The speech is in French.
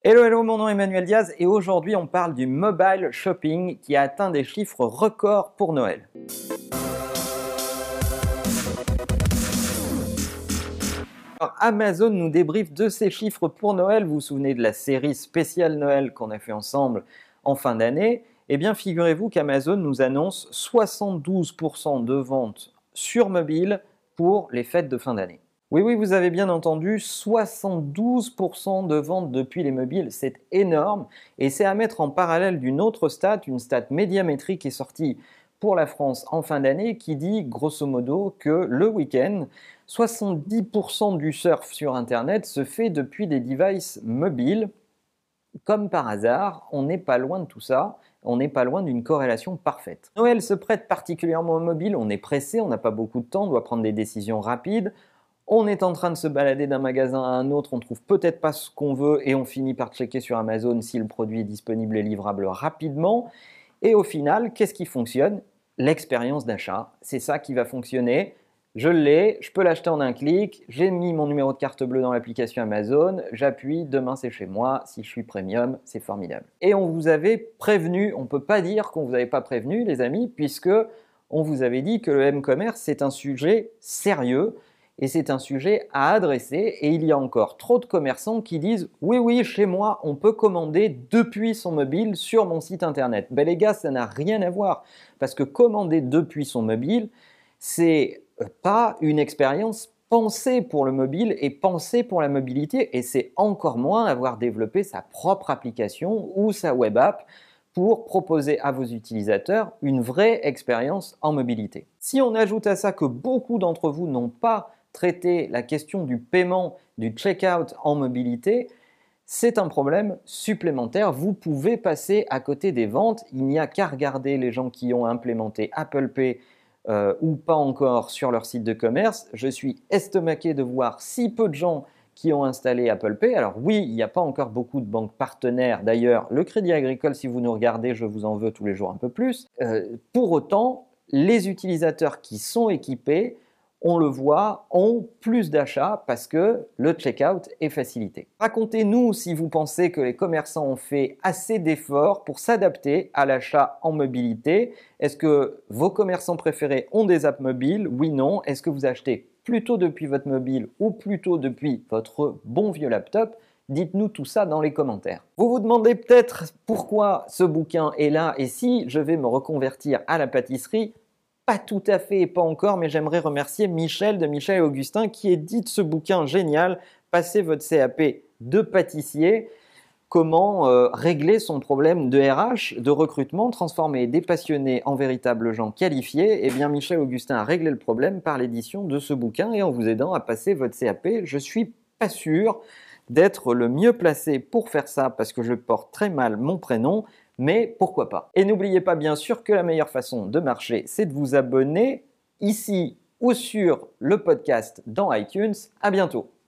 Hello, hello, mon nom est Emmanuel Diaz et aujourd'hui on parle du mobile shopping qui a atteint des chiffres records pour Noël. Alors, Amazon nous débriefe de ces chiffres pour Noël. Vous vous souvenez de la série spéciale Noël qu'on a fait ensemble en fin d'année? Eh bien, figurez-vous qu'Amazon nous annonce 72% de ventes sur mobile pour les fêtes de fin d'année. Oui, oui, vous avez bien entendu, 72% de ventes depuis les mobiles, c'est énorme. Et c'est à mettre en parallèle d'une autre stat, une stat médiamétrique qui est sortie pour la France en fin d'année, qui dit grosso modo que le week-end, 70% du surf sur Internet se fait depuis des devices mobiles. Comme par hasard, on n'est pas loin de tout ça, on n'est pas loin d'une corrélation parfaite. Noël se prête particulièrement au mobile, on est pressé, on n'a pas beaucoup de temps, on doit prendre des décisions rapides. On est en train de se balader d'un magasin à un autre, on trouve peut-être pas ce qu'on veut et on finit par checker sur Amazon si le produit est disponible et livrable rapidement. Et au final, qu'est-ce qui fonctionne? L'expérience d'achat. C'est ça qui va fonctionner. Je l'ai, je peux l'acheter en un clic, j'ai mis mon numéro de carte bleue dans l'application Amazon, j'appuie, demain c'est chez moi, si je suis premium, c'est formidable. Et on vous avait prévenu, on ne peut pas dire qu'on vous avait pas prévenu les amis, puisque on vous avait dit que le m-commerce c'est un sujet sérieux et c'est un sujet à adresser et il y a encore trop de commerçants qui disent oui oui chez moi on peut commander depuis son mobile sur mon site internet. Ben les gars ça n'a rien à voir parce que commander depuis son mobile c'est pas une expérience pensée pour le mobile et pensée pour la mobilité et c'est encore moins avoir développé sa propre application ou sa web app pour proposer à vos utilisateurs une vraie expérience en mobilité. Si on ajoute à ça que beaucoup d'entre vous n'ont pas traité la question du paiement, du checkout en mobilité, c'est un problème supplémentaire. Vous pouvez passer à côté des ventes. Il n'y a qu'à regarder les gens qui ont implémenté Apple Pay ou pas encore sur leur site de commerce. Je suis estomaqué de voir si peu de gens qui ont installé Apple Pay. Alors oui, il n'y a pas encore beaucoup de banques partenaires. D'ailleurs, le Crédit Agricole, si vous nous regardez, je vous en veux tous les jours un peu plus. Pour autant, les utilisateurs qui sont équipés, on le voit, ont plus d'achats parce que le checkout est facilité. Racontez-nous si vous pensez que les commerçants ont fait assez d'efforts pour s'adapter à l'achat en mobilité. Est-ce que vos commerçants préférés ont des apps mobiles? Oui, non. Est-ce que vous achetez plutôt depuis votre mobile ou plutôt depuis votre bon vieux laptop? Dites-nous tout ça dans les commentaires. Vous vous demandez peut-être pourquoi ce bouquin est là et si je vais me reconvertir à la pâtisserie. Pas tout à fait et pas encore, mais j'aimerais remercier Michel de Michel et Augustin qui édite ce bouquin génial, Passez votre CAP de pâtissier, comment régler son problème de RH, de recrutement, transformer des passionnés en véritables gens qualifiés. Eh bien, Michel Augustin a réglé le problème par l'édition de ce bouquin et en vous aidant à passer votre CAP. Je suis pas sûr d'être le mieux placé pour faire ça parce que je porte très mal mon prénom, mais pourquoi pas. Et n'oubliez pas bien sûr que la meilleure façon de marcher, c'est de vous abonner ici ou sur le podcast dans iTunes. À bientôt.